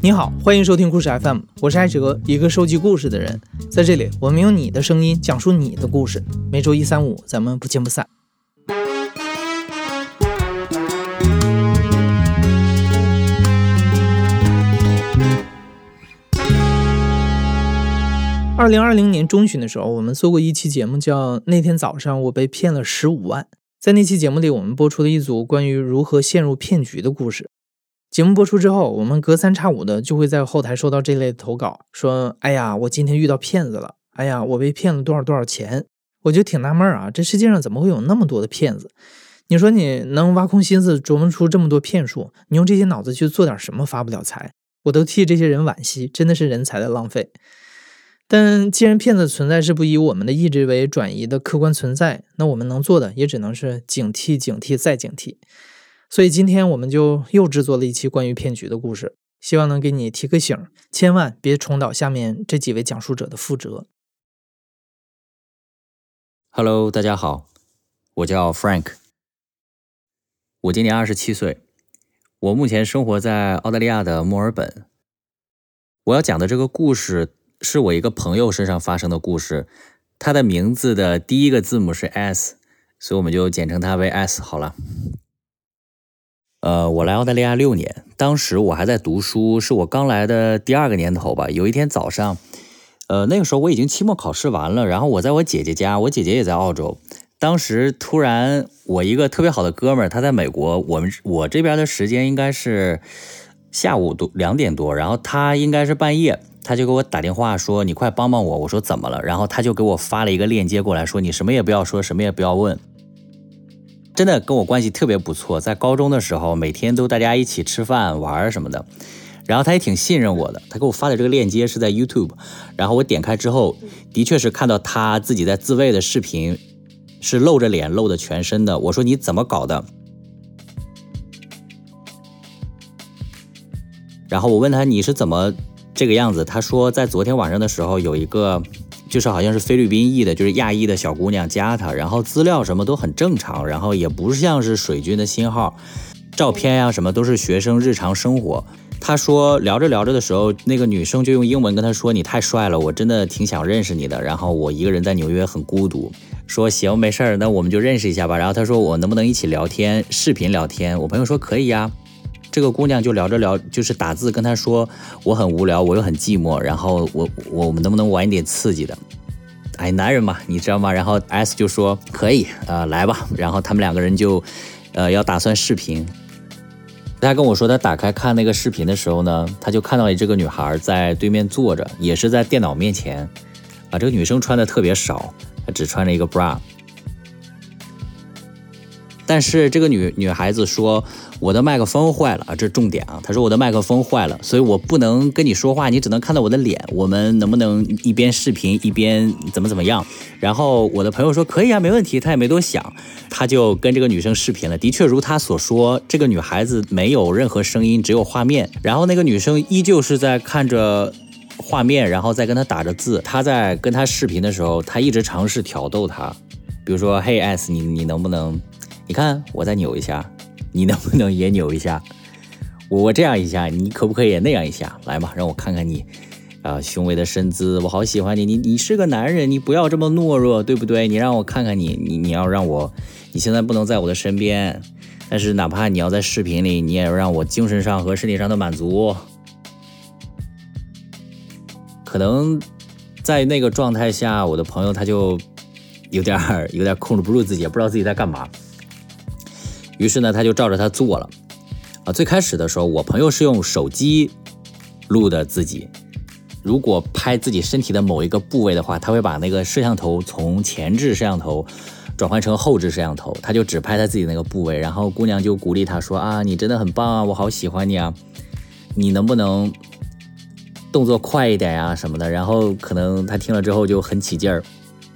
你好，欢迎收听故事 FM， 我是艾哲，一个收集故事的人。在这里，我们用你的声音讲述你的故事。每周一、三、五，咱们不见不散。2020年中旬的时候，我们做过一期节目叫《那天早上我被骗了15万》。在那期节目里，我们播出了一组关于如何陷入骗局的故事。节目播出之后，我们隔三差五的就会在后台收到这类的投稿，说哎呀，我今天遇到骗子了，哎呀，我被骗了多少钱。我就挺纳闷啊，这世界上怎么会有那么多的骗子？你说你能挖空心思琢磨出这么多骗术，你用这些脑子去做点什么发不了财？我都替这些人惋惜，真的是人才的浪费。但既然骗子存在是不以我们的意志为转移的客观存在，那我们能做的也只能是警惕警惕再警惕。所以今天我们就又制作了一期关于骗局的故事，希望能给你提个醒，千万别重蹈下面这几位讲述者的覆辙。 Hello， 大家好，我叫 Frank， 我今年27岁，我目前生活在澳大利亚的墨尔本。我要讲的这个故事是我一个朋友身上发生的故事，他的名字的第一个字母是 S， 所以我们就简称他为 S 好了。我来澳大利亚6年，当时我还在读书，是我刚来的第2个年头吧。有一天早上，那个时候我已经期末考试完了，然后我在我姐姐家，我姐姐也在澳洲。当时突然我一个特别好的哥们儿，他在美国，我这边的时间应该是下午2点多，然后他应该是半夜，他就给我打电话说你快帮帮我。我说怎么了？然后他就给我发了一个链接过来，说你什么也不要说，什么也不要问。真的跟我关系特别不错，在高中的时候每天都大家一起吃饭玩什么的，然后他也挺信任我的，他给我发的这个链接是在 YouTube， 然后我点开之后的确是看到他自己在自慰的视频，是露着脸露着全身的。我说你怎么搞的？然后我问他你是怎么这个样子，他说在昨天晚上的时候有一个就是好像是菲律宾裔的，就是亚裔的小姑娘加他，然后资料什么都很正常，然后也不像是水军的新号，照片呀什么都是学生日常生活。他说聊着聊着的时候，那个女生就用英文跟他说你太帅了，我真的挺想认识你的，然后我一个人在纽约很孤独。说行没事，那我们就认识一下吧。然后他说我能不能一起聊天，视频聊天？我朋友说可以呀。这个姑娘就聊着聊，就是打字跟他说我很无聊，我又很寂寞，然后我们能不能玩一点刺激的？哎，男人嘛，你知道吗？然后 S 就说可以，来吧。然后他们2个人就要打算视频。他跟我说他打开看那个视频的时候呢，他就看到这个女孩在对面坐着，也是在电脑面前啊。这个女生穿的特别少，她只穿了一个 bra。但是这个女孩子说我的麦克风坏了啊，这是重点啊。她说我的麦克风坏了，所以我不能跟你说话，你只能看到我的脸，我们能不能一边视频一边怎么样？然后我的朋友说可以啊，没问题，他也没多想，他就跟这个女生视频了。的确如他所说，这个女孩子没有任何声音，只有画面，然后那个女生依旧是在看着画面，然后再跟他打着字。他在跟他视频的时候，他一直尝试挑逗他，比如说嘿 S， 你能不能你看我再扭一下，你能不能也扭一下？我这样一下，你可不可以也那样一下？来嘛，让我看看你雄伟的身姿，我好喜欢你。你是个男人，你不要这么懦弱，对不对？你让我看看你要让我，你现在不能在我的身边，但是哪怕你要在视频里，你也要让我精神上和身体上的满足。可能在那个状态下，我的朋友他就有点控制不住自己，也不知道自己在干嘛。于是呢，他就照着他做了最开始的时候，我朋友是用手机录的自己，如果拍自己身体的某一个部位的话，他会把那个摄像头从前置摄像头转换成后置摄像头，他就只拍他自己那个部位。然后姑娘就鼓励他说啊，你真的很棒啊，我好喜欢你啊，你能不能动作快一点呀什么的。然后可能他听了之后就很起劲儿，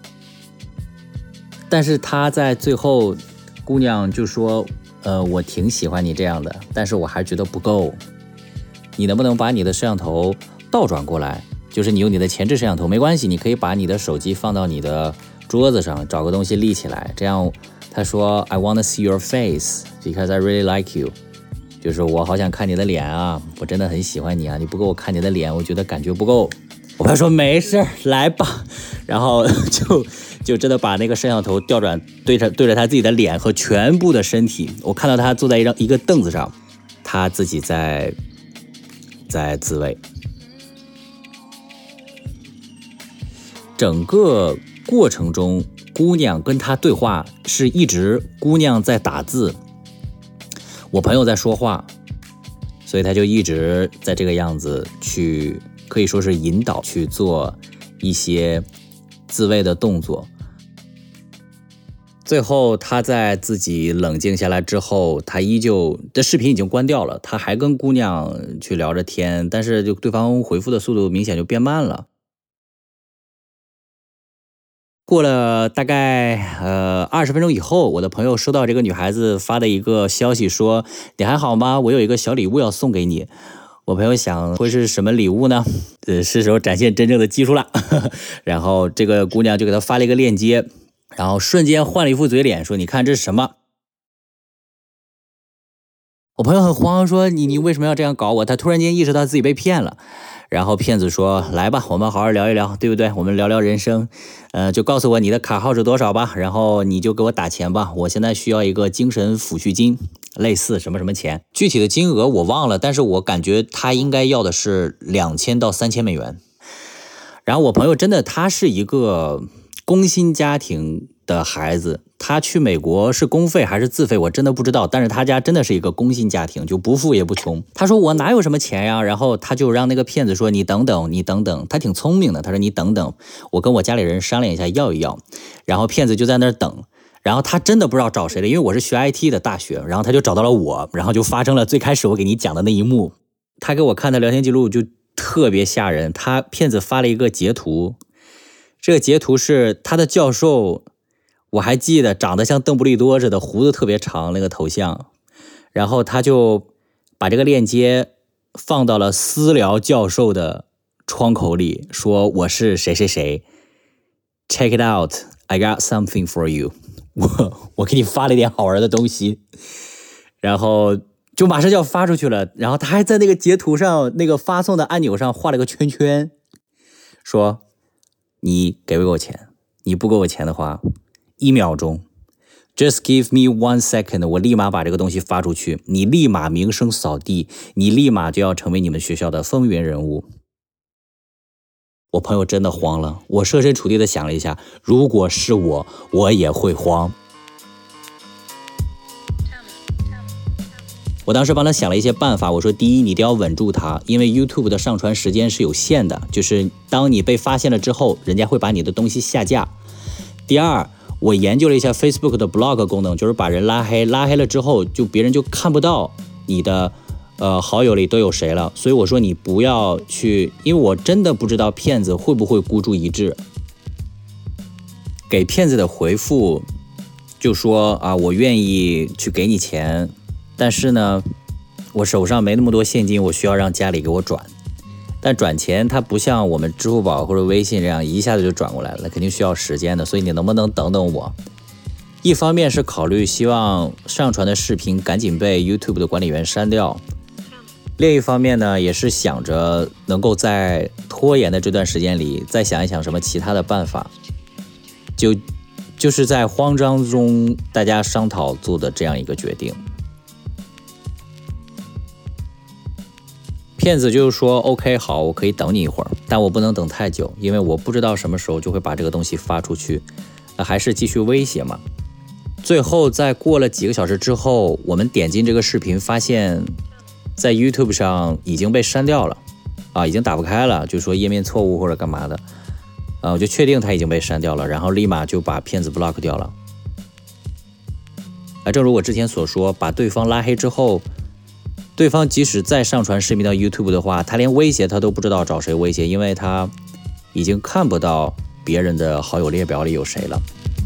但是他在最后，姑娘就说我挺喜欢你这样的，但是我还觉得不够，你能不能把你的摄像头倒转过来，就是你用你的前置摄像头没关系，你可以把你的手机放到你的桌子上，找个东西立起来，这样他说 I want to see your face because I really like you， 就是我好想看你的脸啊，我真的很喜欢你啊，你不给我看你的脸，我觉得感觉不够。我朋友说没事来吧，然后就真的把那个摄像头调转对着他自己的脸和全部的身体，我看到他坐在一个凳子上，他自己在自慰。整个过程中姑娘跟他对话是一直姑娘在打字，我朋友在说话，所以他就一直在这个样子去，可以说是引导去做一些自慰的动作。最后他在自己冷静下来之后，他依旧这视频已经关掉了，他还跟姑娘去聊着天，但是就对方回复的速度明显就变慢了。过了大概20分钟以后，我的朋友收到这个女孩子发的一个消息说，你还好吗？我有一个小礼物要送给你。我朋友想会是什么礼物呢？是时候展现真正的技术了。然后这个姑娘就给他发了一个链接，然后瞬间换了一副嘴脸说，你看这是什么？我朋友很慌，说你为什么要这样搞我？他突然间意识到自己被骗了。然后骗子说，来吧，我们好好聊一聊，对不对？我们聊聊人生，就告诉我你的卡号是多少吧，然后你就给我打钱吧，我现在需要一个精神抚恤金，类似什么什么钱，具体的金额我忘了，但是我感觉他应该要的是2000到3000美元。然后我朋友真的，他是一个工薪家庭的孩子，他去美国是公费还是自费我真的不知道，但是他家真的是一个工薪家庭，就不富也不穷。他说我哪有什么钱呀，然后他就让那个骗子说你等等，他挺聪明的，他说你等等，我跟我家里人商量一下要一要。然后骗子就在那儿等，然后他真的不知道找谁了，因为我是学 IT 的大学，然后他就找到了我，然后就发生了最开始我给你讲的那一幕。他给我看的聊天记录就特别吓人，他骗子发了一个截图，这个截图是他的教授，我还记得长得像邓布利多似的，胡子特别长那个头像，然后他就把这个链接放到了私聊教授的窗口里，说我是谁谁谁 ，check it out, I got something for you， 我给你发了一点好玩的东西，然后就马上就要发出去了，然后他还在那个截图上那个发送的按钮上画了个圈圈，说你给我钱，你不给我钱的话1秒钟 ，just give me 1 second， 我立马把这个东西发出去，你立马名声扫地，你立马就要成为你们学校的风云人物。我朋友真的慌了，我设身处地的想了一下，如果是我也会慌。我当时帮他想了一些办法，我说第一，你一定要稳住他，因为 YouTube 的上传时间是有限的，就是当你被发现了之后，人家会把你的东西下架。第二，我研究了一下 Facebook 的 Block 功能，就是把人拉黑了之后，就别人就看不到你的好友里都有谁了。所以我说你不要去，因为我真的不知道骗子会不会孤注一掷。给骗子的回复就说啊，我愿意去给你钱，但是呢，我手上没那么多现金，我需要让家里给我转。但转钱它不像我们支付宝或者微信这样一下子就转过来了，肯定需要时间的，所以你能不能等等我？一方面是考虑希望上传的视频赶紧被 YouTube 的管理员删掉，另一方面呢，也是想着能够在拖延的这段时间里再想一想什么其他的办法，就是在慌张中大家商讨做的这样一个决定。骗子就是说 OK 好，我可以等你一会儿，但我不能等太久，因为我不知道什么时候就会把这个东西发出去，还是继续威胁嘛。最后在过了几个小时之后，我们点进这个视频，发现在 YouTube 上已经被删掉了已经打不开了，就说页面错误或者干嘛的我就确定它已经被删掉了，然后立马就把骗子 block 掉了。正如我之前所说，把对方拉黑之后，对方即使再上传视频到 YouTube 的话，他连威胁他都不知道找谁威胁，因为他已经看不到别人的好友列表里有谁了。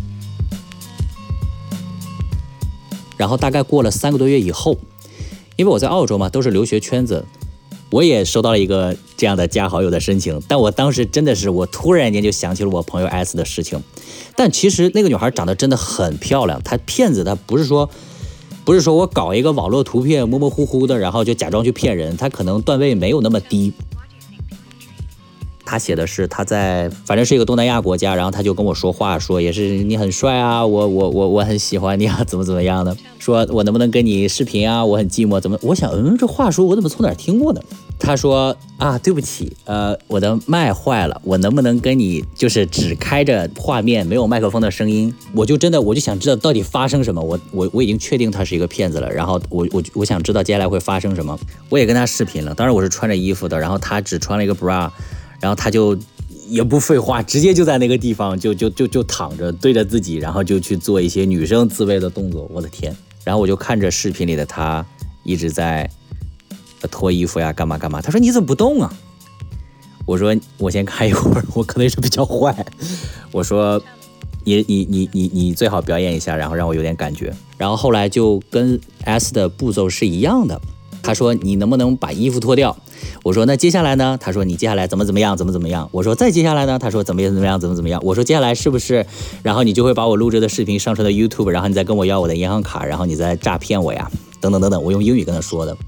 然后大概过了3个多月以后，因为我在澳洲嘛，都是留学圈子，我也收到了一个这样的加好友的申请，但我当时真的是我突然间就想起了我朋友 S 的事情。但其实那个女孩长得真的很漂亮，她骗子她不是说不是说我搞一个网络图片模模糊糊的，然后就假装去骗人，他可能段位没有那么低。他写的是他在反正是一个东南亚国家，然后他就跟我说话，说也是你很帅啊，我很喜欢你啊，怎么样的，说我能不能跟你视频啊，我很寂寞，怎么，我想这话说我怎么从哪儿听过呢？他说啊，对不起，我的麦坏了，我能不能跟你就是只开着画面没有麦克风的声音？我就想知道到底发生什么，我已经确定他是一个骗子了，然后我想知道接下来会发生什么。我也跟他视频了，当然我是穿着衣服的，然后他只穿了一个 bra。然后他就也不废话，直接就在那个地方就躺着对着自己，然后就去做一些女生自慰的动作，我的天！然后我就看着视频里的他一直在脱衣服呀，干嘛。他说你怎么不动啊？我说我先看一会儿，我可能是比较坏。我说你最好表演一下，然后让我有点感觉。然后后来就跟 S 的步骤是一样的。他说你能不能把衣服脱掉？我说那接下来呢？他说你接下来怎么样？我说再接下来呢？他说怎么样？我说接下来是不是？然后你就会把我录制的视频上传到 YouTube， 然后你再跟我要我的银行卡，然后你再诈骗我呀，等等，我用英语跟他说的。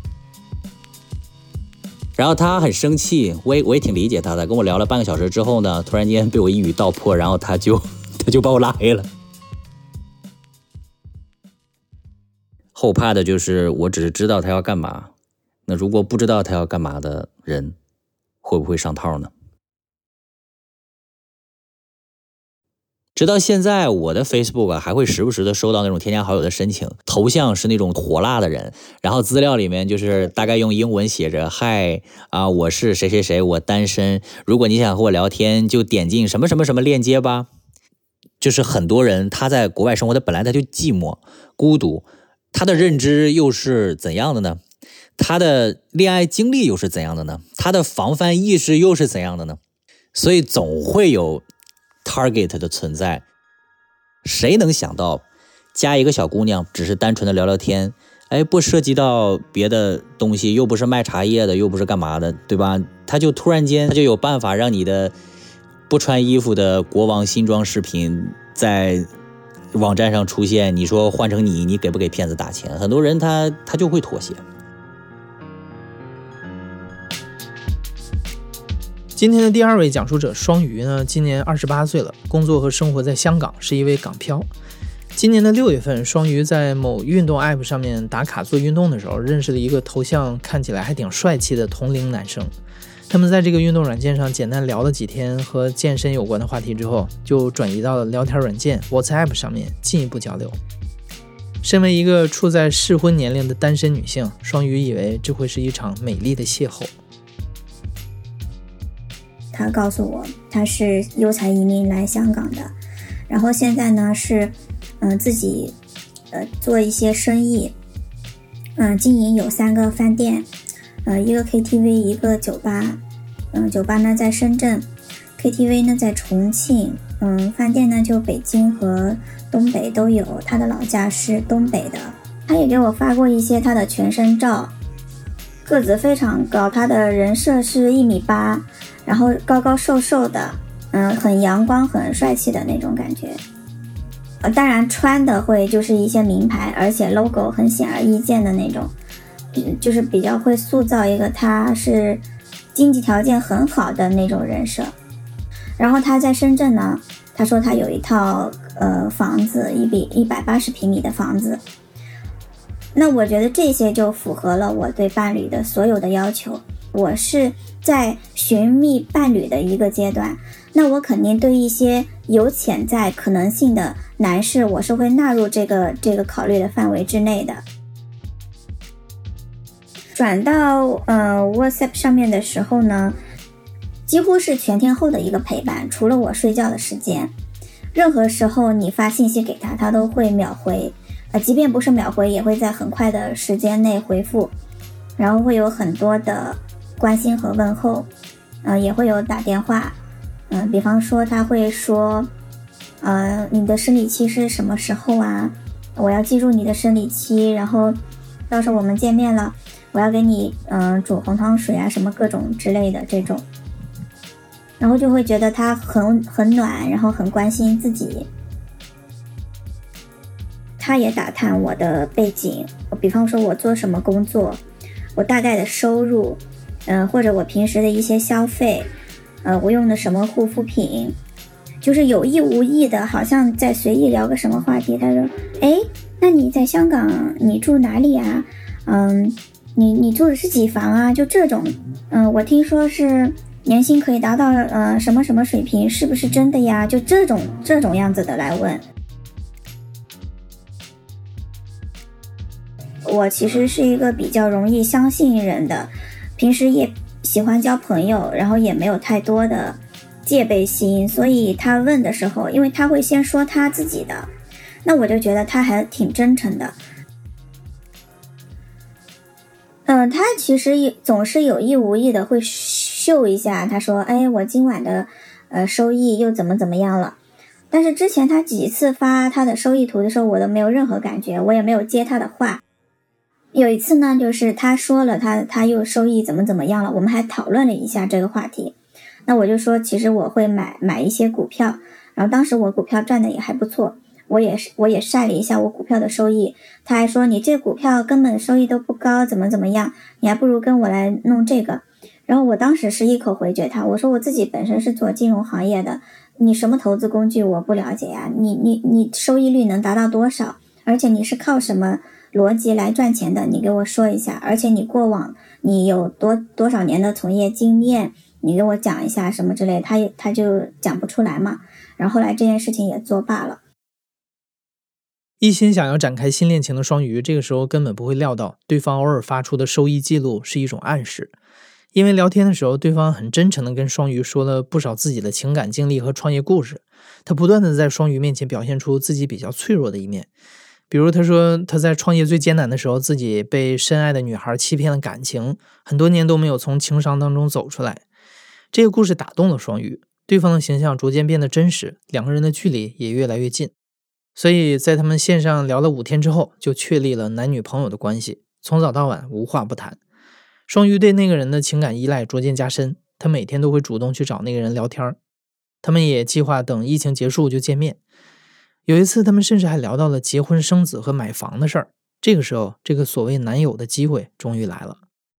然后他很生气，我也挺理解他的。跟我聊了半个小时之后呢，突然间被我一语道破，然后他就把我拉黑了。后怕的就是我只是知道他要干嘛，那如果不知道他要干嘛的人会不会上套呢？直到现在我的 Facebook 还会时不时的收到那种添加好友的申请，头像是那种火辣的人，然后资料里面就是大概用英文写着嗨啊，我是谁谁谁，我单身，如果你想和我聊天就点进什么链接吧。就是很多人他在国外生活，他本来他就寂寞孤独，他的认知又是怎样的呢？他的恋爱经历又是怎样的呢？他的防范意识又是怎样的呢？所以总会有 target 的存在。谁能想到加一个小姑娘只是单纯的聊聊天，不涉及到别的东西，又不是卖茶叶的，又不是干嘛的，对吧？他就突然间他就有办法让你的不穿衣服的国王新装视频在网站上出现，你说换成你给不给骗子打钱？很多人他就会妥协。 今天的第二位讲述者双鱼呢，今年28岁了，工作和生活在香港，是一位港漂。今年的6月份，双鱼在某运动 app 上面打卡做运动的时候，认识了一个头像看起来还挺帅气的同龄男生。他们在这个运动软件上简单聊了几天和健身有关的话题之后，就转移到了聊天软件 WhatsApp 上面进一步交流。身为一个处在适婚年龄的单身女性，双鱼以为这会是一场美丽的邂逅。 他告诉我他是优才移民来香港的，然后现在呢是自己做一些生意，经营有3个饭店，一个 KTV， 一个酒吧，酒吧呢在深圳， KTV 呢在重庆，饭店呢就北京和东北都有，他的老家是东北的。他也给我发过一些他的全身照，个子非常高，他的人设是1.8米，然后高高瘦瘦的，很阳光很帅气的那种感觉。当然穿的会就是一些名牌，而且 logo 很显而易见的那种，就是比较会塑造一个他是经济条件很好的那种人设。然后他在深圳呢，他说他有一套房子，180平米的房子。那我觉得这些就符合了我对伴侣的所有的要求。我是在寻觅伴侣的一个阶段，那我肯定对一些有潜在可能性的男士，我是会纳入这个考虑的范围之内的。转到WhatsApp 上面的时候呢，几乎是全天候的一个陪伴，除了我睡觉的时间，任何时候你发信息给他，他都会秒回，即便不是秒回，也会在很快的时间内回复，然后会有很多的关心和问候，也会有打电话，比方说他会说，你的生理期是什么时候啊？我要记住你的生理期，然后到时候我们见面了，我要给你煮红糖水啊，什么各种之类的这种，然后就会觉得他很暖，然后很关心自己。 他也打探我的背景，比方说我做什么工作，我大概的收入，或者我平时的一些消费，我用的什么护肤品，就是有意无意的，好像在随意聊个什么话题。他说：“哎，那你在香港你住哪里啊？你住的是几房啊？就这种，我听说是年薪可以达到什么什么水平，是不是真的呀？就这种样子的来问。”我其实是一个比较容易相信人的，平时也喜欢交朋友，然后也没有太多的戒备心，所以他问的时候，因为他会先说他自己的，那我就觉得他还挺真诚的。他其实总是有意无意的会秀一下，他说：“哎，我今晚的收益又怎么样了。”但是之前他几次发他的收益图的时候，我都没有任何感觉，我也没有接他的话。有一次呢，就是他说了他又收益怎么样了，我们还讨论了一下这个话题。那我就说，其实我会买一些股票，然后当时我股票赚的也还不错，我也晒了一下我股票的收益。他还说你这股票根本收益都不高，怎么样，你还不如跟我来弄这个。然后我当时是一口回绝他，我说我自己本身是做金融行业的，你什么投资工具我不了解呀，你收益率能达到多少，而且你是靠什么逻辑来赚钱的，你给我说一下，而且你过往你有多少年的从业经验，你给我讲一下什么之类，他就讲不出来嘛。然后后来这件事情也作罢了。 一心想要展开新恋情的双鱼，这个时候根本不会料到对方偶尔发出的收益记录是一种暗示。因为聊天的时候，对方很真诚地跟双鱼说了不少自己的情感经历和创业故事，他不断地在双鱼面前表现出自己比较脆弱的一面。比如他说他在创业最艰难的时候，自己被深爱的女孩欺骗了感情，很多年都没有从情伤当中走出来。这个故事打动了双鱼，对方的形象逐渐变得真实，两个人的距离也越来越近。所以在他们线上聊了5天之后，就确立了男女朋友的关系，从早到晚无话不谈。双鱼对那个人的情感依赖逐渐加深，他每天都会主动去找那个人聊天。他们也计划等疫情结束就见面。有一次他们甚至还聊到了结婚生子和买房的事儿。这个时候，这个所谓男友的机会终于来了。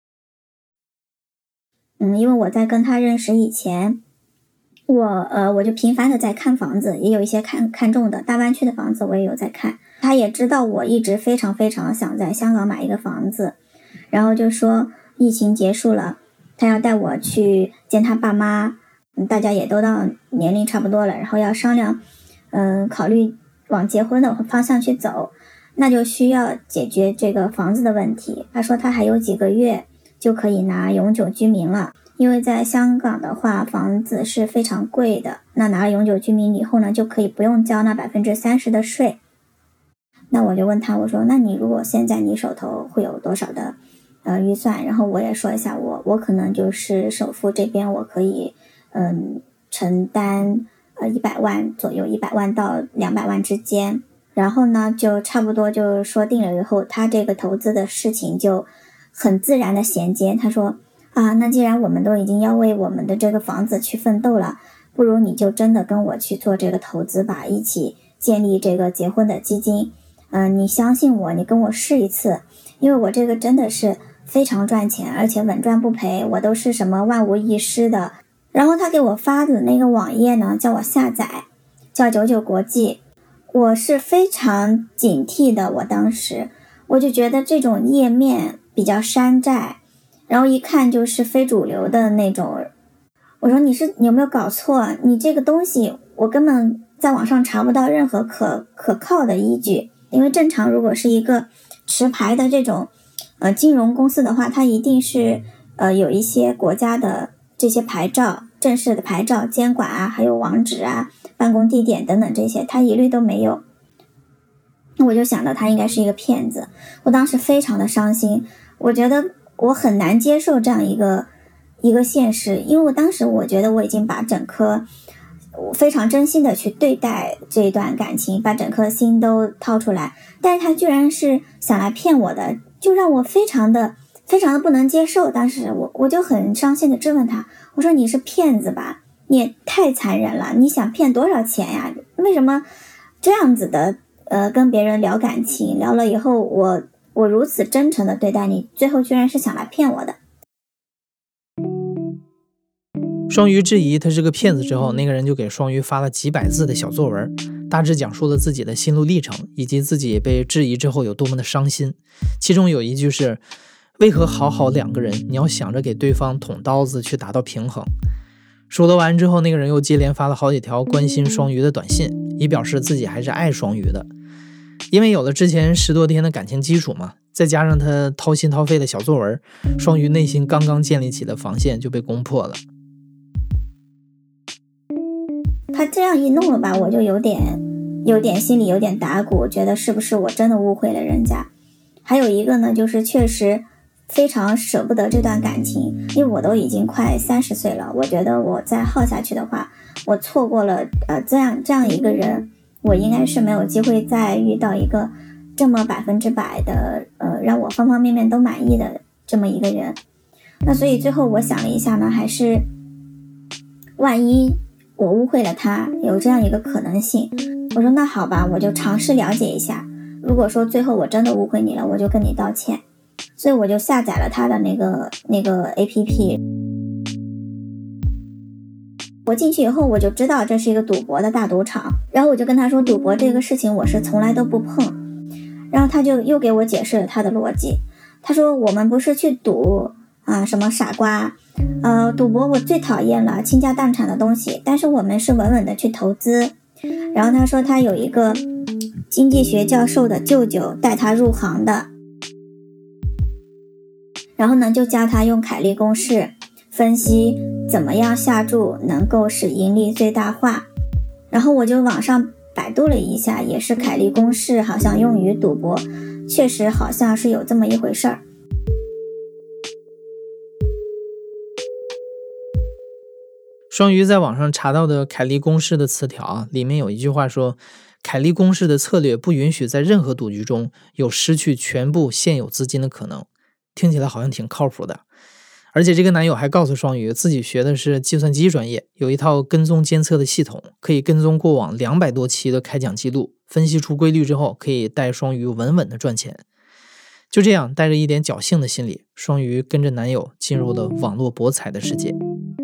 因为我在跟他认识以前，我就频繁的在看房子，也有一些看中的大湾区的房子我也有在看。他也知道我一直非常非常想在香港买一个房子，然后就说疫情结束了，他要带我去见他爸妈，大家也都到年龄差不多了，然后要商量考虑往结婚的方向去走，那就需要解决这个房子的问题。他说他还有几个月就可以拿永久居民了，因为在香港的话房子是非常贵的，那拿了永久居民以后呢，就可以不用交那 30% 的税。那我就问他，我说那你如果现在你手头会有多少的预算，然后我也说一下我可能就是首付这边我可以承担100万左右，100万到200万之间。然后呢就差不多就说定了以后，他这个投资的事情就很自然的衔接。他说那既然我们都已经要为我们的这个房子去奋斗了，不如你就真的跟我去做这个投资吧，一起建立这个结婚的基金。你相信我，你跟我试一次，因为我这个真的是非常赚钱，而且稳赚不赔，我都是什么万无一失的。然后他给我发的那个网页呢，叫我下载，叫99国际。我是非常警惕的，我当时我就觉得这种页面比较山寨，然后一看就是非主流的那种。我说你有没有搞错？你这个东西我根本在网上查不到任何可靠的依据，因为正常如果是一个持牌的这种金融公司的话，它一定是有一些国家的这些牌照，正式的牌照监管啊，还有网址啊、办公地点等等这些，它一律都没有。我就想到他应该是一个骗子，我当时非常的伤心，我觉得我很难接受这样一个现实，因为我当时我觉得我已经把整颗非常真心的去对待这一段感情，把整颗心都掏出来，但是他居然是想来骗我的，就让我非常的不能接受。当时我就很伤心的质问他，我说你是骗子吧，你也太残忍了，你想骗多少钱呀？为什么这样子的跟别人聊感情，聊了以后我如此真诚的对待你，最后居然是想来骗我的。 双鱼质疑他是个骗子之后，那个人就给双鱼发了几百字的小作文，大致讲述了自己的心路历程，以及自己被质疑之后有多么的伤心。其中有一句是，为何好好两个人，你要想着给对方捅刀子去达到平衡。数落完之后，那个人又接连发了好几条关心双鱼的短信，以表示自己还是爱双鱼的。因为有了之前10多天的感情基础嘛，再加上他掏心掏肺的小作文，双鱼内心刚刚建立起的防线就被攻破了。 他这样一弄了吧，我就有点心里有点打鼓，觉得是不是我真的误会了人家。还有一个呢，就是确实非常舍不得这段感情，因为我都已经快30岁了，我觉得我再耗下去的话，我错过了这样一个人，我应该是没有机会再遇到一个这么100%的让我方方面面都满意的这么一个人。那所以最后我想了一下呢，还是万一我误会了他，有这样一个可能性，我说那好吧，我就尝试了解一下，如果说最后我真的误会你了，我就跟你道歉。所以我就下载了他的那个 APP。 我进去以后我就知道这是一个赌博的大赌场，然后我就跟他说赌博这个事情我是从来都不碰，然后他就又给我解释了他的逻辑。他说我们不是去赌什么傻瓜，赌博我最讨厌了，倾家荡产的东西，但是我们是稳稳的去投资。然后他说他有一个经济学教授的舅舅带他入行的，然后呢就教他用凯利公式分析怎么样下注能够使盈利最大化。然后我就网上百度了一下，也是凯利公式好像用于赌博，确实好像是有这么一回事儿。 双鱼在网上查到的凯利公式的词条里面有一句话说，凯利公式的策略不允许在任何赌局中有失去全部现有资金的可能。听起来好像挺靠谱的。而且这个男友还告诉双鱼，自己学的是计算机专业，有一套跟踪监测的系统，可以跟踪过往200多期的开奖记录，分析出规律之后，可以带双鱼稳稳的赚钱。就这样，带着一点侥幸的心理，双鱼跟着男友进入了网络博彩的世界。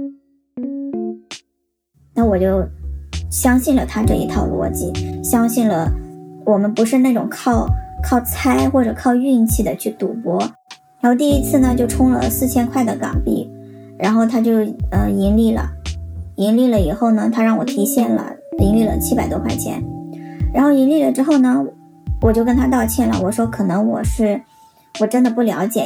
那我就相信了他这一套逻辑，相信了我们不是那种靠猜或者靠运气的去赌博。然后第一次呢就充了4000块的港币，然后他就盈利了以后呢，他让我提现了，盈利了700多块钱。然后盈利了之后呢，我就跟他道歉了，我说可能我真的不了解。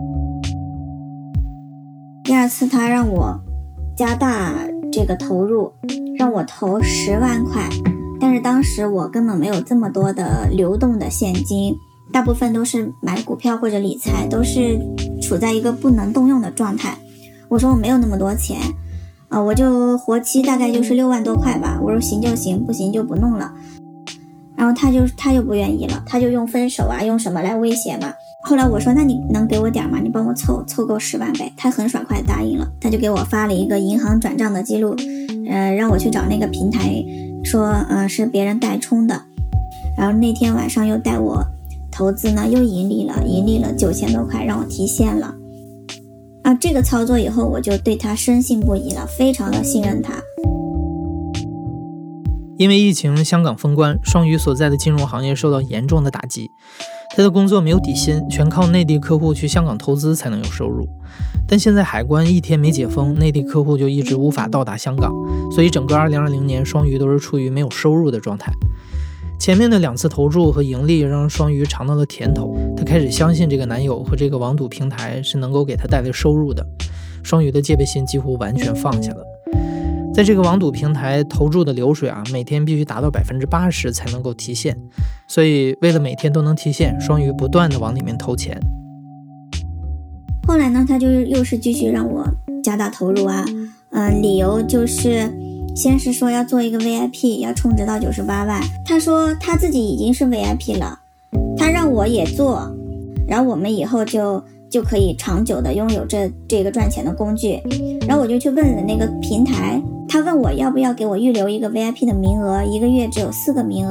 第二次他让我加大这个投入，让我投10万块，但是当时我根本没有这么多的流动的现金，大部分都是买股票或者理财，都是处在一个不能动用的状态。我说我没有那么多钱我就活期大概就是6万多块吧，我说行就行，不行就不弄了。然后他就不愿意了，他就用分手用什么来威胁嘛。后来我说那你能给我点吗？你帮我凑够10万呗。他很爽快答应了，他就给我发了一个银行转账的记录，让我去找那个平台，说是别人代充的。然后那天晚上又带我投资呢，又盈利了9000多块，让我提现了。这个操作以后我就对他深信不疑了，非常的信任他。 因为疫情，香港封关，双鱼所在的金融行业受到严重的打击。他的工作没有底薪，全靠内地客户去香港投资才能有收入。但现在海关一天没解封，内地客户就一直无法到达香港，所以整个2020年双鱼都是处于没有收入的状态。前面的2次投注和盈利让双鱼尝到了甜头，他开始相信这个男友和这个网赌平台是能够给他带来收入的。双鱼的戒备心几乎完全放下了。在这个网赌平台投注的流水每天必须达到80%才能够提现，所以为了每天都能提现，双鱼不断的往里面投钱。 后来呢，他就又是继续让我加大投入理由就是先是说要做一个 VIP， 要充值到98万。他说他自己已经是 VIP 了，他让我也做，然后我们以后就可以长久的拥有这个赚钱的工具。然后我就去问了那个平台，他问我要不要给我预留一个 VIP 的名额，1个月只有4个名额，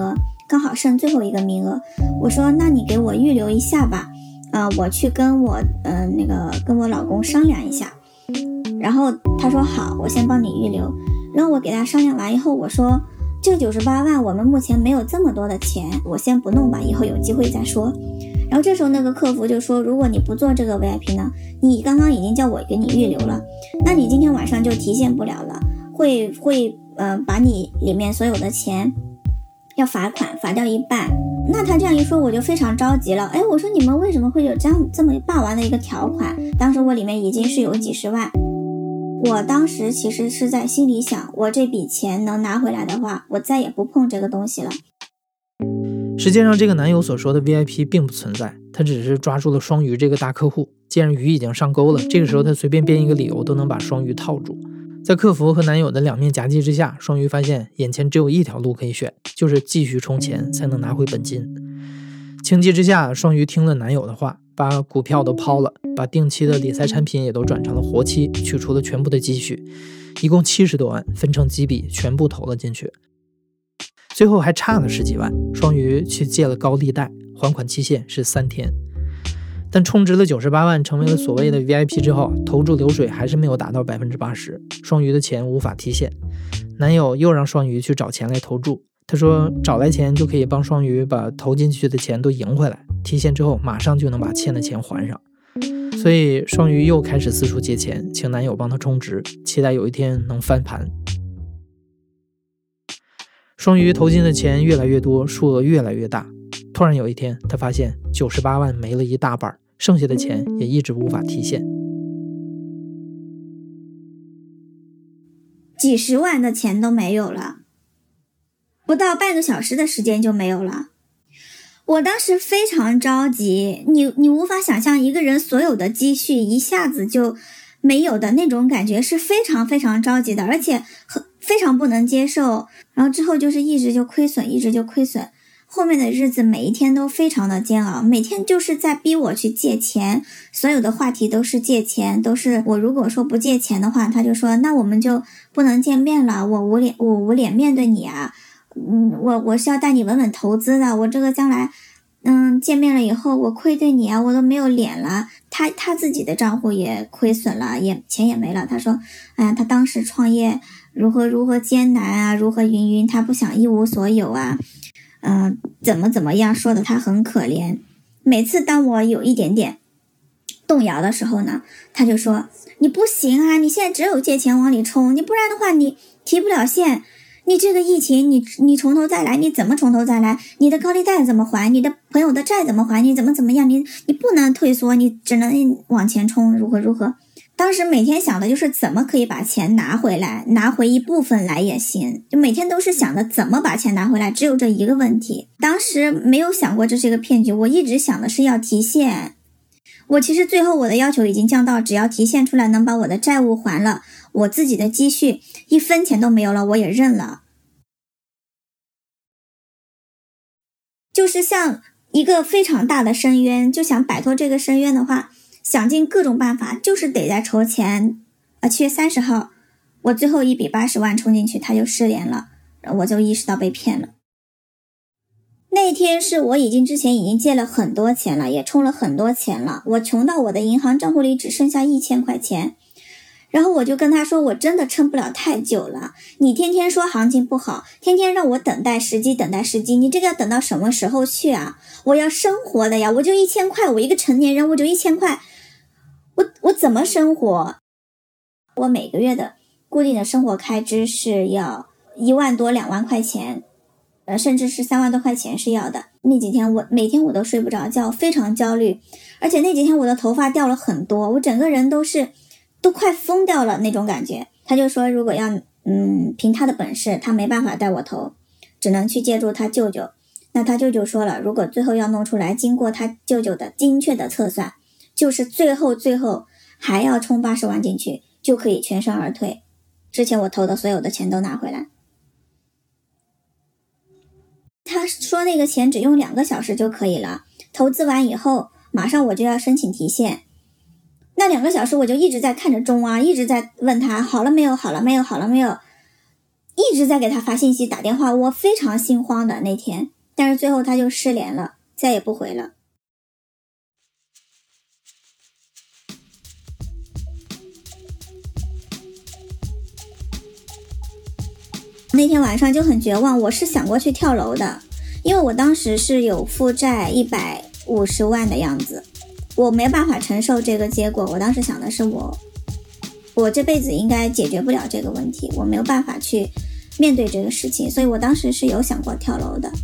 刚好剩最后一个名额。我说那你给我预留一下吧，我去跟我跟我老公商量一下。然后他说好，我先帮你预留。然后我给他商量完以后，我说这98万我们目前没有这么多的钱，我先不弄吧，以后有机会再说。然后这时候那个客服就说，如果你不做这个 VIP 呢，你刚刚已经叫我给你预留了，那你今天晚上就提现不了了，会把你里面所有的钱要罚款，罚掉一半。那他这样一说，我就非常着急了。我说你们为什么会有这么霸王的一个条款？当时我里面已经是有几十万，我当时其实是在心里想，我这笔钱能拿回来的话，我再也不碰这个东西了。 实际上这个男友所说的 VIP 并不存在，他只是抓住了双鱼这个大客户，既然鱼已经上钩了，这个时候他随便编一个理由都能把双鱼套住。在客服和男友的两面夹击之下，双鱼发现眼前只有一条路可以选，就是继续充钱才能拿回本金。情急之下，双鱼听了男友的话，把股票都抛了，把定期的理财产品也都转成了活期，取出了全部的积蓄，一共70多万，分成几笔全部投了进去。最后还差了10几万，双鱼去借了高利贷，还款期限是3天。但充值了98万，成为了所谓的 VIP 之后，投注流水还是没有达到 80%， 双鱼的钱无法提现。男友又让双鱼去找钱来投注，他说找来钱就可以帮双鱼把投进去的钱都赢回来，提现之后马上就能把欠的钱还上。所以双鱼又开始四处借钱，请男友帮他充值，期待有一天能翻盘。双鱼投进的钱越来越多，数额越来越大。突然有一天，他发现98万没了一大半，剩下的钱也一直无法提现。 几十万的钱都没有了，不到半个小时的时间就没有了。我当时非常着急，你无法想象一个人所有的积蓄一下子就没有的那种感觉，是非常非常着急的，而且非常不能接受。然后之后就是一直就亏损，后面的日子每一天都非常的煎熬，每天就是在逼我去借钱，所有的话题都是借钱，都是我如果说不借钱的话，他就说那我们就不能见面了，我无脸面对你啊，我是要带你稳稳投资的，我这个将来见面了以后我愧对你啊，我都没有脸了。他自己的账户也亏损了，钱也没了。他说他当时创业如何艰难啊，如何云，他不想一无所有啊，怎么样，说的他很可怜。每次当我有一点点动摇的时候呢，他就说你不行啊，你现在只有借钱往里冲，你不然的话你提不了现，你这个疫情你从头再来，你怎么从头再来？你的高利贷怎么还？你的朋友的债怎么还？你怎么样？你不能退缩，你只能往前冲，如何。当时每天想的就是怎么可以把钱拿回来，拿回一部分来也行，就每天都是想的怎么把钱拿回来，只有这一个问题。当时没有想过这是一个骗局，我一直想的是要提现。我其实最后我的要求已经降到只要提现出来能把我的债务还了，我自己的积蓄1分钱都没有了，我也认了。就是像一个非常大的深渊，就想摆脱这个深渊的话，想尽各种办法，就是得在筹钱。7月30号，我最后一笔80万冲进去，他就失联了，我就意识到被骗了。那天是我之前已经借了很多钱了，也充了很多钱了，我穷到我的银行账户里只剩下1000块钱。然后我就跟他说，我真的撑不了太久了，你天天说行情不好，天天让我等待时机，你这个要等到什么时候去啊？我要生活的呀，我就1000块，我一个成年人我就1000块，我怎么生活？我每个月的固定的生活开支是要1万多2万块钱，甚至是3万多块钱是要的。那几天每天我都睡不着觉，非常焦虑，而且那几天我的头发掉了很多，我整个人都快疯掉了那种感觉。他就说如果要凭他的本事，他没办法带我投，只能去借助他舅舅。那他舅舅说了，如果最后要弄出来，经过他舅舅的精确的测算，就是最后还要充80万进去，就可以全身而退，之前我投的所有的钱都拿回来。他说那个钱只用2个小时就可以了，投资完以后马上我就要申请提现。那2个小时我就一直在看着钟啊，一直在问他好了没有，一直在给他发信息打电话，我非常心慌的。那天但是最后他就失联了，再也不回了。那天晚上就很绝望，我是想过去跳楼的，因为我当时是有负债150万的样子，我没办法承受这个结果。我当时想的是我这辈子应该解决不了这个问题，我没有办法去面对这个事情，所以我当时是有想过跳楼的。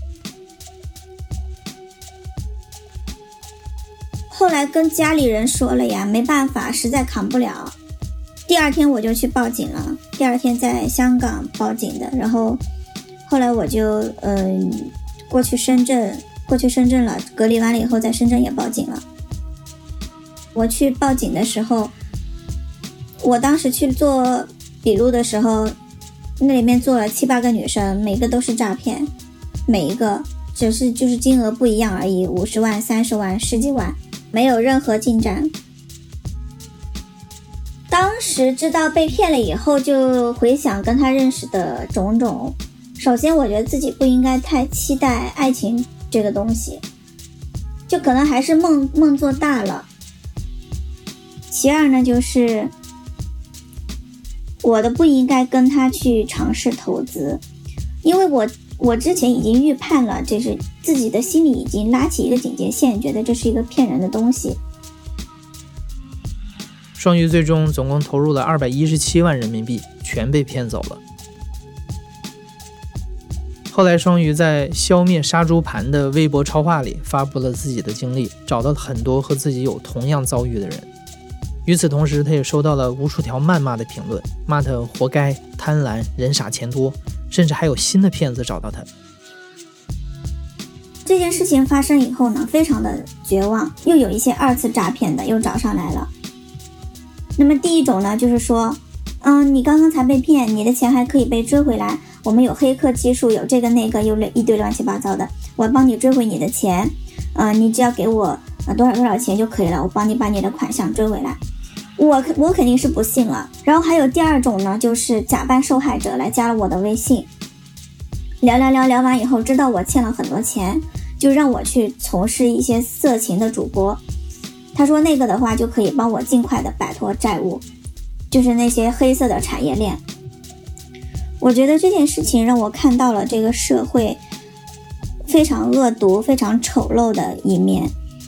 后来跟家里人说了呀，没办法，实在扛不了。第二天我就去报警了，第二天在香港报警的，然后后来我就过去深圳了，隔离完了以后在深圳也报警了。我去报警的时候，我当时去做笔录的时候，那里面坐了7、8个女生，每个都是诈骗，每一个只是就是金额不一样而已，50万、30万、10几万，没有任何进展。当时知道被骗了以后，就回想跟他认识的种种。首先我觉得自己不应该太期待爱情这个东西，就可能还是梦做大了。其二呢，就是我的不应该跟他去尝试投资，因为我之前已经预判了，就是自己的心里已经拉起一个警戒线，觉得这是一个骗人的东西。 双鱼最终总共投入了217万人民币，全被骗走了。后来双鱼在消灭杀猪盘的微博超话里发布了自己的经历，找到了很多和自己有同样遭遇的人。与此同时，他也收到了无数条谩骂的评论，骂他活该、贪婪、人傻钱多，甚至还有新的骗子找到他。 这件事情发生以后呢，非常的绝望，又有一些2次诈骗的又找上来了。那么第一种呢，就是说你刚刚才被骗，你的钱还可以被追回来，我们有黑客技术，有这个那个，有一堆乱七八糟的，我帮你追回你的钱，你只要给我多少钱就可以了，我帮你把你的款项追回来。我肯定是不信了。然后还有第二种呢，就是假扮受害者来加了我的微信，聊完以后知道我欠了很多钱，就让我去从事一些色情的主播。他说那个的话就可以帮我尽快的摆脱债务，就是那些黑色的产业链。我觉得这件事情让我看到了这个社会非常恶毒、非常丑陋的一面，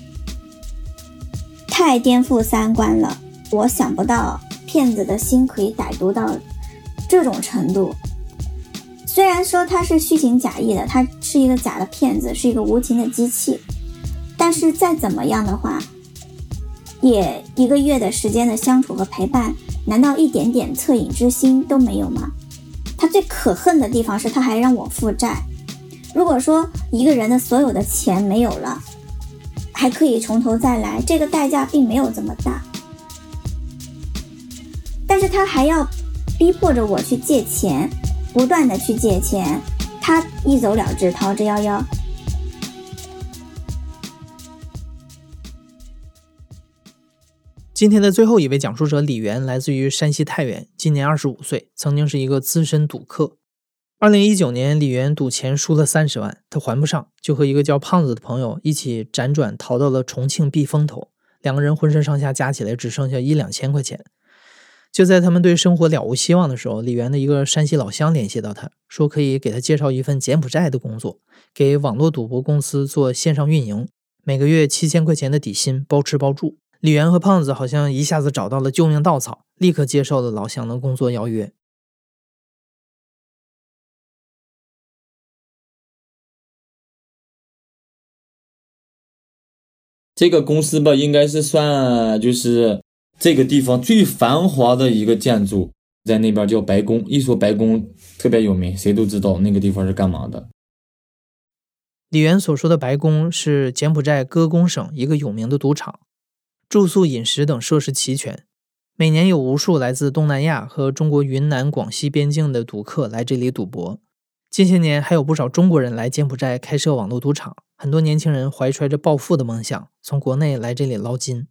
太颠覆三观了。我想不到骗子的心可以歹毒到这种程度。虽然说他是虚情假意的，他是一个假的骗子，是一个无情的机器，但是再怎么样的话，也1个月的时间的相处和陪伴，难道一点点恻隐之心都没有吗？他最可恨的地方是他还让我负债。如果说一个人的所有的钱没有了，还可以从头再来，这个代价并没有这么大，但是他还要逼迫着我去借钱，不断的去借钱，他一走了之，逃之夭夭。 今天的最后一位讲述者李元来自于山西太原，今年25岁，曾经是一个资深赌客。2019年，李元赌钱输了30万，他还不上，就和一个叫胖子的朋友一起辗转逃到了重庆避风头，两个人浑身上下加起来只剩下1-2千块钱。就在他们对生活了无希望的时候，李元的一个山西老乡联系到他，说可以给他介绍一份柬埔寨的工作，给网络赌博公司做线上运营，每个月7000块钱的底薪，包吃包住。李元和胖子好像一下子找到了救命稻草，立刻接受了老乡的工作邀约。 这个公司吧，应该是算就是这个地方最繁华的一个建筑，在那边叫白宫。一说白宫特别有名，谁都知道那个地方是干嘛的。 李元所说的白宫是柬埔寨歌功省一个有名的赌场，住宿、饮食等设施齐全，每年有无数来自东南亚和中国云南、广西边境的赌客来这里赌博。近些年还有不少中国人来柬埔寨开设网络赌场，很多年轻人怀揣着暴富的梦想，从国内来这里捞金。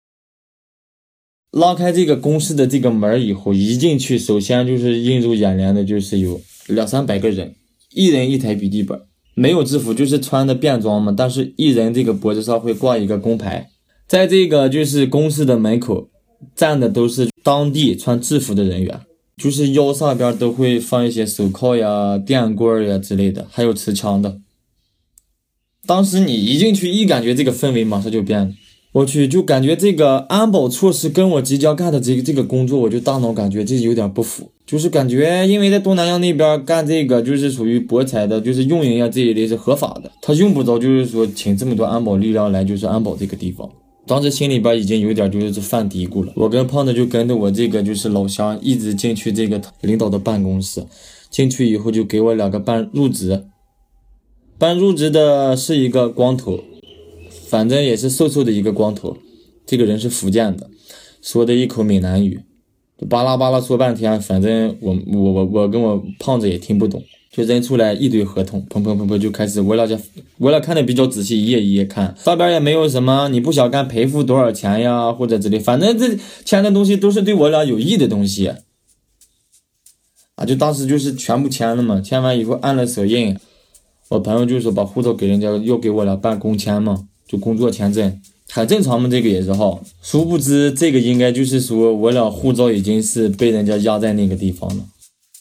拉开这个公司的这个门以后，一进去首先就是映入眼帘的就是有200-300个人，一人一台笔记本， 没有制服，就是穿的便装嘛，但是一人这个脖子上会挂一个工牌，在这个就是公司的门口站的都是当地穿制服的人员，就是腰上边都会放一些手铐呀、电棍呀之类的，还有持枪的。当时你一进去，一感觉这个氛围马上就变了，我去，就感觉这个安保措施跟我即将干的这个工作，我就大脑感觉这有点不符，就是感觉因为在东南亚那边干这个就是属于博彩的，就是运营呀这一类是合法的，他用不着就是说请这么多安保力量来就是安保这个地方。当时心里边已经有点就是犯嘀咕了，我跟胖子就跟着我这个就是老乡一直进去这个领导的办公室，进去以后就给我2个办入职的是一个光头，反正也是瘦瘦的一个光头，这个人是福建的，说的一口闽南语，就巴拉巴拉说半天，反正我跟我胖子也听不懂，就扔出来一堆合同，砰砰砰砰就开始我俩看的比较仔细，一页一页看，上边也没有什么你不想干赔付多少钱呀或者之类，反正这签的东西都是对我俩有益的东西啊，就当时就是全部签了嘛，签完以后按了手印，我朋友就说把护照给人家，要给我俩办工签嘛，就工作签证，很正常嘛，这个也是哈。殊不知这个应该就是说我俩护照已经是被人家压在那个地方了。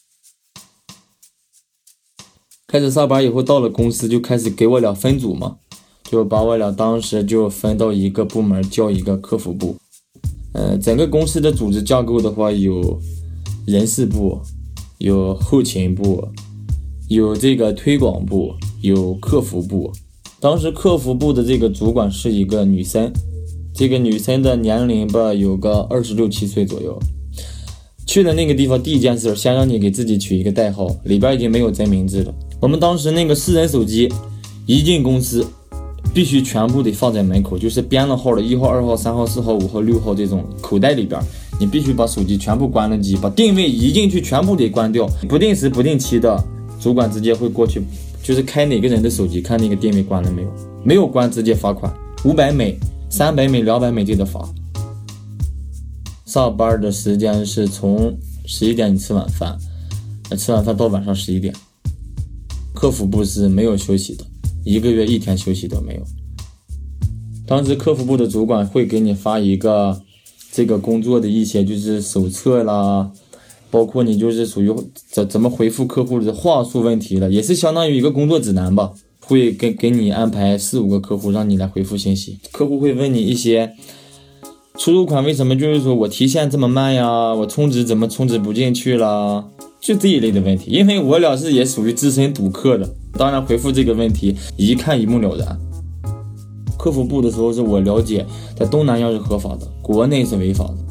开始上班以后到了公司就开始给我俩分组嘛，就把我俩当时就分到一个部门叫一个客服部。整个公司的组织架构的话有人事部，有后勤部，有这个推广部，有客服部。当时客服部的这个主管是一个女生，这个女生的年龄吧有个26、7岁左右。去的那个地方第一件事，先让你给自己取一个代号，里边已经没有真名字了。我们当时那个私人手机一进公司必须全部得放在门口，就是编了号的1号、2号、3号、4号、5号、6号这种口袋里边，你必须把手机全部关了机，把定位一进去全部得关掉，不定时不定期的主管直接会过去，就是开哪个人的手机看那个定位关了没有，没有关直接罚款500美、300美、200美金的罚。上班的时间是从11点你吃晚饭，吃完饭到晚上11点。客服部是没有休息的，1个月1天休息都没有。当时客服部的主管会给你发一个这个工作的一些就是手册啦，包括你就是属于怎么回复客户的话术问题了，也是相当于一个工作指南吧，会给你安排4、5个客户让你来回复信息。客户会问你一些出入款为什么就是说我提现这么慢呀，我充值怎么充值不进去啦，就这一类的问题。因为我俩是也属于资深赌客的，当然回复这个问题一看一目了然。客服部的时候是我了解在东南亚是合法的，国内是违法的。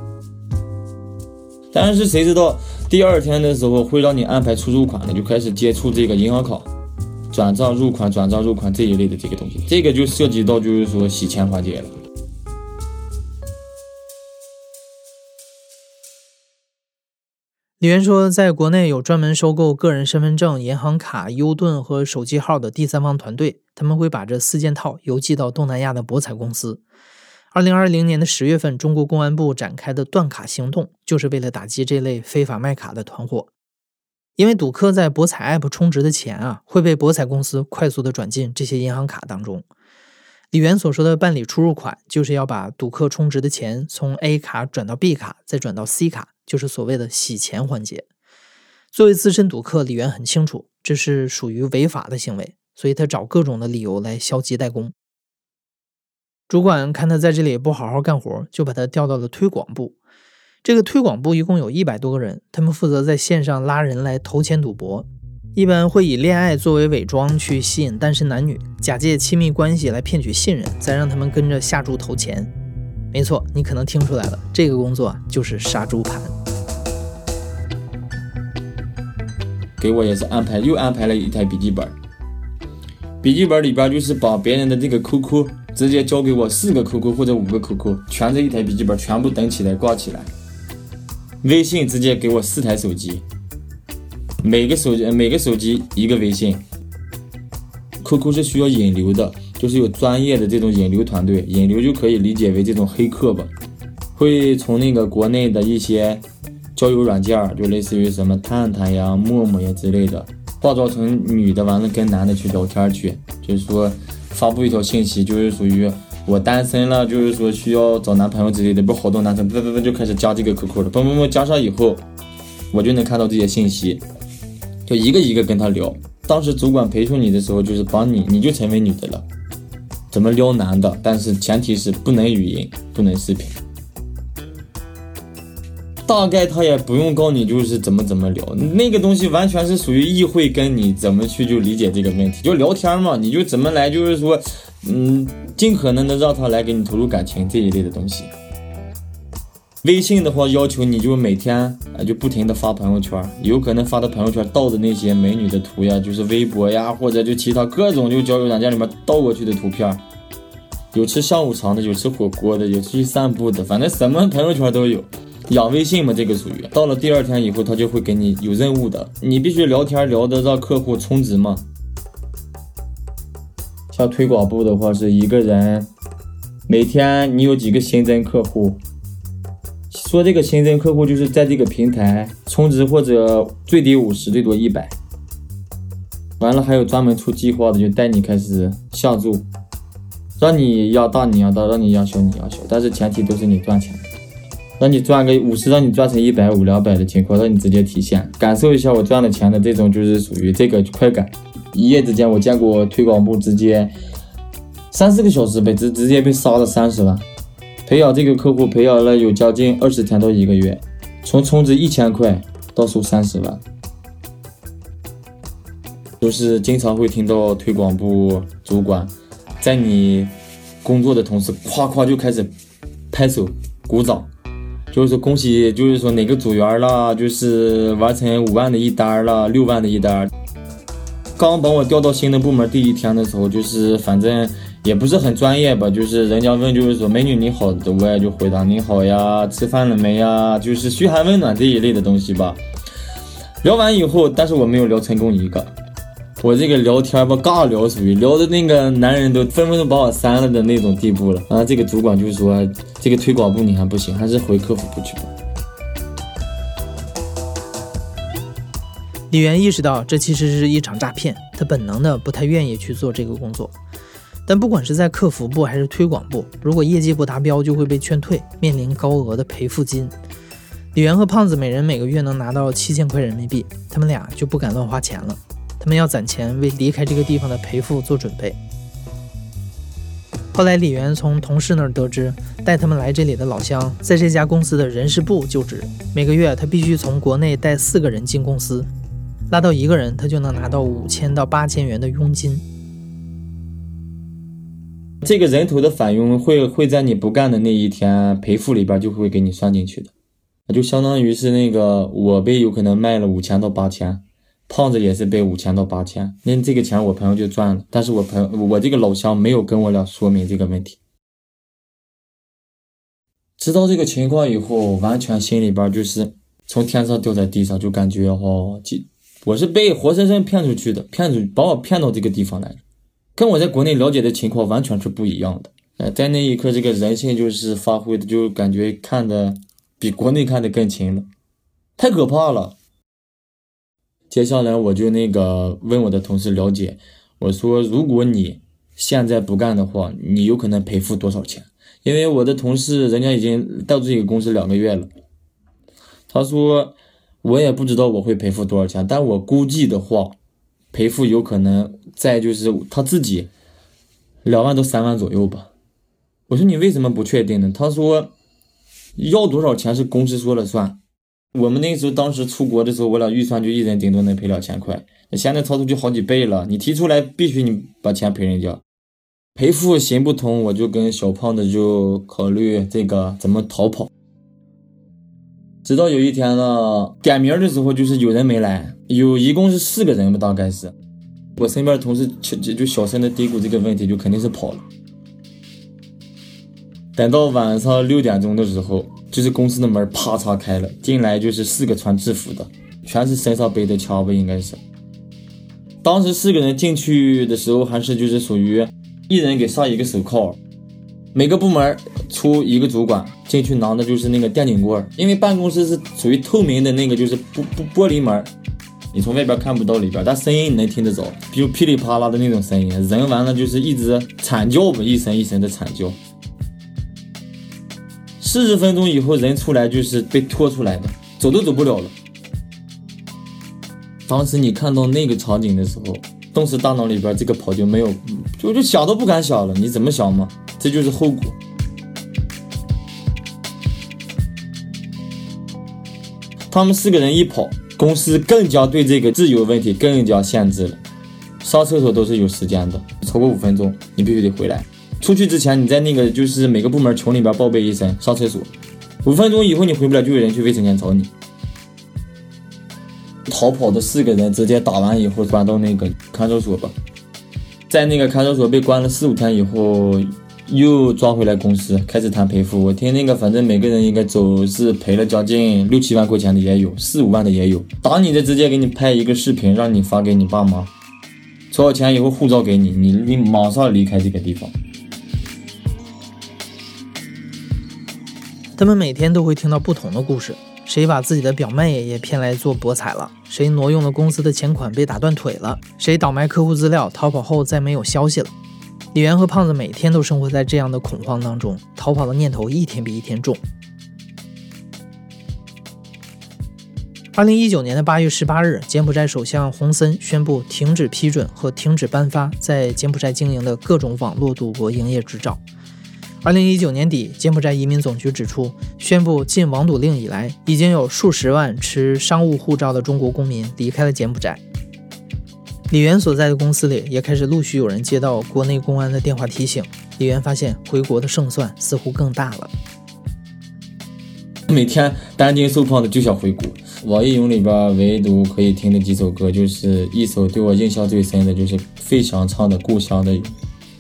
但是谁知道第2天的时候会让你安排出入款的，就开始接触这个银行卡转账入款这一类的这个东西，这个就涉及到就是说洗钱环节了。 李源说，在国内有专门收购个人身份证、银行卡、优盾和手机号的第三方团队，他们会把这4件套邮寄到东南亚的博彩公司。2020年的10月份，中国公安部展开的断卡行动，就是为了打击这类非法卖卡的团伙。因为赌客在博彩 App 充值的钱会被博彩公司快速的转进这些银行卡当中。李源所说的办理出入款，就是要把赌客充值的钱从 A 卡转到 B 卡，再转到 C 卡，就是所谓的洗钱环节。作为资深赌客，李源很清楚这是属于违法的行为，所以他找各种的理由来消极怠工。主管看他在这里不好好干活，就把他调到了推广部。这个推广部一共有100多个人，他们负责在线上拉人来投钱赌博，一般会以恋爱作为伪装去吸引单身男女，假借亲密关系来骗取信任，再让他们跟着下注投钱。没错，你可能听出来了，这个工作就是杀猪盘。 给我也是又安排了一台笔记本，笔记本里边就是把别人的这个 QQ 直接交给我4个 QQ 或者5个 QQ， 全这一台笔记本全部等起来挂起来。微信直接给我4台手机，每个手机1个微信。QQ 是需要引流的，就是有专业的这种引流团队，引流就可以理解为这种黑客吧，会从那个国内的一些交友软件，就类似于什么探探呀、陌陌呀之类的， 化妆成女的，完了跟男的去聊天去，就是说发布一条信息，就是属于我单身了，就是说需要找男朋友之类的，不好多男生不就开始加这个 QQ 了，不加上以后，我就能看到这些信息，就一个一个跟他聊。当时主管培训你的时候，就是帮你就成为女的了，怎么撩男的，但是前提是不能语音，不能视频。大概他也不用告你就是怎么聊，那个东西完全是属于议会跟你怎么去就理解这个问题，就聊天嘛，你就怎么来，就是说尽可能的让他来给你投入感情这一类的东西。微信的话要求你就每天就不停的发朋友圈，有可能发的朋友圈盗的那些美女的图呀，就是微博呀，或者就其他各种就交友软件里面盗过去的图片，有吃上午场的，有吃火锅的，有出去散步的，反正什么朋友圈都有。养微信嘛，这个属于到了第2天以后，他就会给你有任务的，你必须聊天聊的让客户充值嘛。像推广部的话，是一个人每天你有几个新增客户，说这个新增客户就是在这个平台充值或者最低50，最多100。完了还有专门出计划的，就带你开始下注，让你压大你压大，让你压小你压小，但是前提都是你赚钱。让你赚个50，让你赚成150、200的情况，让你直接体现，感受一下我赚的钱的这种，就是属于这个快感。一夜之间，我见过推广部直接3-4个小时呗，直接被杀了30万。培养这个客户培养了有将近20天到1个月，从充值1000块到收30万。就是经常会听到推广部主管在你工作的同时，夸夸就开始拍手鼓掌。就是恭喜，就是说哪个组员啦，就是完成5万的一单啦，6万的一单。刚把我调到新的部门第1天的时候，就是反正也不是很专业吧，就是人家问就是说美女你好，我也就回答你好呀，吃饭了没呀，就是嘘寒问暖这一类的东西吧。聊完以后，但是我没有聊成功一个。我这个聊天吧，尬聊属于聊的那个男人都纷纷都把我删了的那种地步了啊！这个主管就说这个推广部你还不行，还是回客服部去吧。 李媛意识到这其实是一场诈骗，他本能的不太愿意去做这个工作。但不管是在客服部还是推广部，如果业绩不达标就会被劝退，面临高额的赔付金。李媛和胖子每人每个月能拿到7000块人民币，他们俩就不敢乱花钱了。他们要攒钱为离开这个地方的赔付做准备。后来李媛从同事那儿得知，带他们来这里的老乡在这家公司的人事部就职，每个月他必须从国内带4个人进公司，拉到1个人他就能拿到5000到8000元的佣金。 这个人头的返佣会在你不干的那一天赔付里边就会给你算进去的，就相当于是那个我被有可能卖了5000到8000，胖子也是被5000到8000，那这个钱我朋友就赚了，但是我这个老乡没有跟我俩说明这个问题。知道这个情况以后，完全心里边就是从天上掉在地上，就感觉我是被活生生骗出去的，把我骗到这个地方来的，跟我在国内了解的情况完全是不一样的。在那一刻，这个人性就是发挥的，就感觉看的比国内看的更清了，太可怕了。接下来我就问我的同事了解，我说如果你现在不干的话，你有可能赔付多少钱？因为我的同事人家已经到这个公司2个月了，他说我也不知道我会赔付多少钱，但我估计的话，赔付有可能在就是他自己2万到3万左右吧。我说你为什么不确定呢？他说要多少钱是公司说了算。我们那时候当时出国的时候，我俩预算就一人顶多能赔2000块，现在超出就好几倍了，你提出来必须你把钱赔人家。赔付行不通，我就跟小胖子就考虑这个怎么逃跑。直到有一天呢，点名的时候就是有人没来，一共是4个人吧，大概是。我身边的同事就小声的嘀咕这个问题，就肯定是跑了。等到晚上6点钟的时候，就是公司的门啪嚓开了，进来就是4个穿制服的，全是身上背的枪吧，应该是。当时4个人进去的时候，还是就是属于一人给上1个手铐，每个部门出1个主管，进去拿的就是那个电警棍，因为办公室是属于透明的那个就是玻璃门， 你从外边看不到里边，但声音你能听得着，比如噼里啪啦的那种声音，人完了就是一直惨叫吧，一声一声的惨叫。40分钟以后人出来就是被拖出来的，走都走不了了。当时你看到那个场景的时候，当时大脑里边这个跑就没有，就想都不敢想了，你怎么想嘛？这就是后果。他们4个人一跑，公司更加对这个自由问题更加限制了。上厕所都是有时间的，超过5分钟你必须得回来。出去之前你在那个就是每个部门群里边报备一声上厕所，5分钟以后你回不了就有人去卫生间找你。逃跑的4个人直接打完以后关到那个看守所吧，在那个看守所被关了4-5天以后又抓回来公司开始谈赔付。我听那个反正每个人应该走是赔了将近6-7万块钱的也有，4-5万的也有。打你的直接给你拍一个视频让你发给你爸妈，收好钱以后护照给你，你马上离开这个地方。 他们每天都会听到不同的故事，谁把自己的表妹也骗来做博彩了，谁挪用了公司的钱款被打断腿了，谁倒卖客户资料逃跑后再没有消息了。李元和胖子每天都生活在这样的恐慌当中，逃跑的念头一天比一天重。2019年8月18日，柬埔寨首相洪森宣布停止批准和停止颁发在柬埔寨经营的各种网络赌博营业执照。2019年底，柬埔寨移民总局指出，宣布禁网赌令以来，已经有数十万持商务护照的中国公民离开了柬埔寨。李元所在的公司里也开始陆续有人接到国内公安的电话提醒，李元发现回国的胜算似乎更大了。 每天担惊受怕的就想回国。网易云里边唯独可以听的几首歌，就是一首对我印象最深的就是费翔唱的《故乡的云》。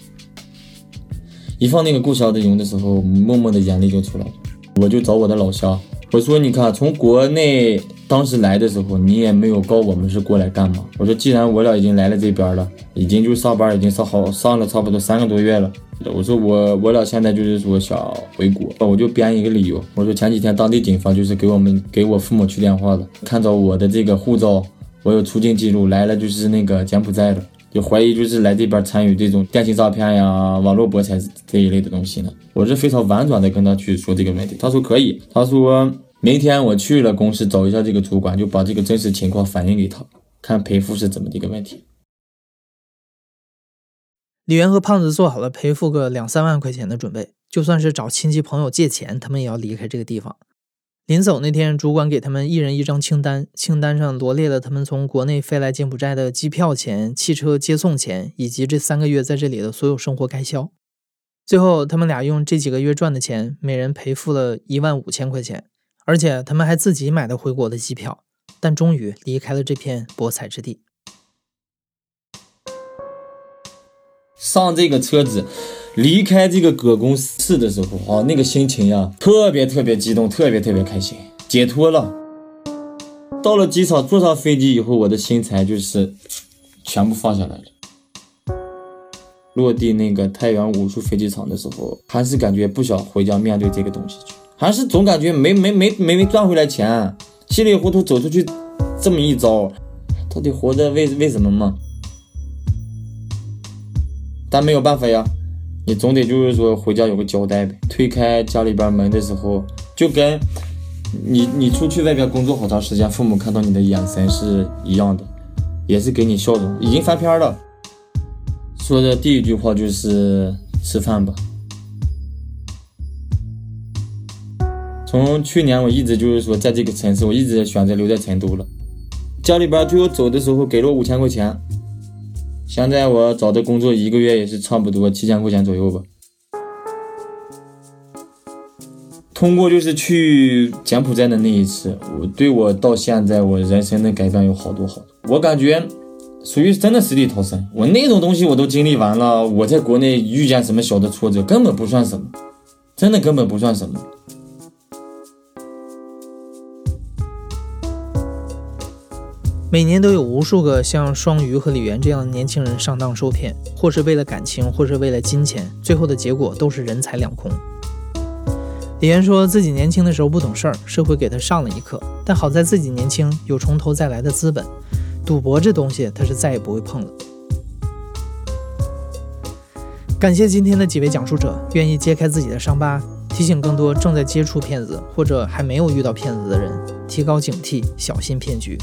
一放那个《故乡的云》的时候，默默的眼泪就出来了。我就找我的老乡，我说你看，从国内当时来的时候，你也没有告我们是过来干嘛。我说既然我俩已经来了这边了，已经就上班已经上了差不多3个多月了。我说我俩现在就是说想回国，我就编一个理由。我说前几天当地警方就是给我父母去电话了，看着我的这个护照，我有出境记录，来了就是那个柬埔寨了，就怀疑就是来这边参与这种电信诈骗呀、网络博彩这一类的东西呢。我是非常婉转的跟他去说这个问题，他说可以，他说明天我去了公司找一下这个主管，就把这个真实情况反映给他，看赔付是怎么的一个问题。 李元和胖子做好了赔付个2-3万块钱的准备，就算是找亲戚朋友借钱，他们也要离开这个地方。临走那天，主管给他们一人一张清单，清单上罗列了他们从国内飞来柬埔寨的机票钱、汽车接送钱，以及这3个月在这里的所有生活开销。最后他们俩用这几个月赚的钱，每人赔付了15000块钱，而且他们还自己买了回国的机票，但终于离开了这片博彩之地。 上这个车子离开这个葛公司的时候啊，那个心情呀，特别激动，特别开心，解脱了。到了机场，坐上飞机以后，我的心才就是全部放下来了。落地那个太原武术飞机场的时候，还是感觉不想回家面对这个东西去，还是总感觉没赚回来钱，稀里糊涂走出去这么一遭，到底活着为什么嘛？但没有办法呀，你总得就是说回家有个交代呗。推开家里边门的时候，就跟你出去外边工作好长时间，父母看到你的眼神是一样的，也是给你笑容。已经翻篇了，说的第一句话就是吃饭吧。从去年我一直就是说在这个城市，我一直选择留在成都了。家里边最后走的时候给了我5000块钱。现在我找的工作1个月也是差不多7000块钱左右吧。通过就是去柬埔寨的那一次，我到现在我人生的改变有好多。我感觉属于真的死里逃生，我那种东西我都经历完了，我在国内遇见什么小的挫折根本不算什么，真的根本不算什么。 每年都有无数个像双鱼和李元这样的年轻人上当受骗，或是为了感情，或是为了金钱，最后的结果都是人财两空。李元说自己年轻的时候不懂事儿，社会给他上了一课，但好在自己年轻，有从头再来的资本。 赌博这东西他是再也不会碰了。感谢今天的几位讲述者愿意揭开自己的伤疤，提醒更多正在接触骗子或者还没有遇到骗子的人提高警惕，小心骗局。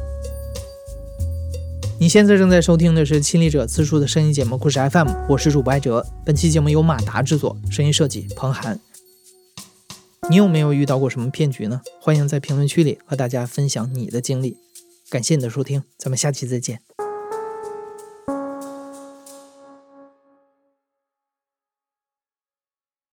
你现在正在收听的是亲历者自述的声音节目故事 FM， 我是主播艾哲。本期节目由马达制作，声音设计彭涵。你有没有遇到过什么骗局呢？欢迎在评论区里和大家分享你的经历。感谢你的收听，咱们下期再见。